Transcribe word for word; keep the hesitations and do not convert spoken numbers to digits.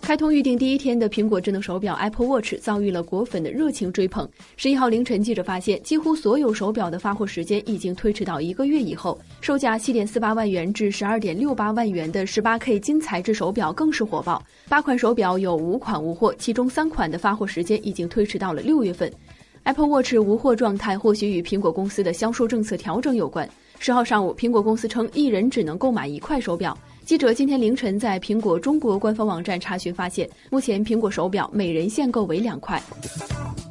开通预定第一天的苹果智能手表 Apple Watch 遭遇了果粉的热情追捧。十一号凌晨，记者发现，几乎所有手表的发货时间已经推迟到一个月以后。售价七点四八万元至十二点六八万元的 十八K 金材质手表更是火爆，八款手表有五款无货，其中三款的发货时间已经推迟到了六月份。Apple Watch 无货状态或许与苹果公司的销售政策调整有关。十号上午，苹果公司称一人只能购买一块手表。记者今天凌晨在苹果中国官方网站查询发现，目前苹果手表每人限购为两块。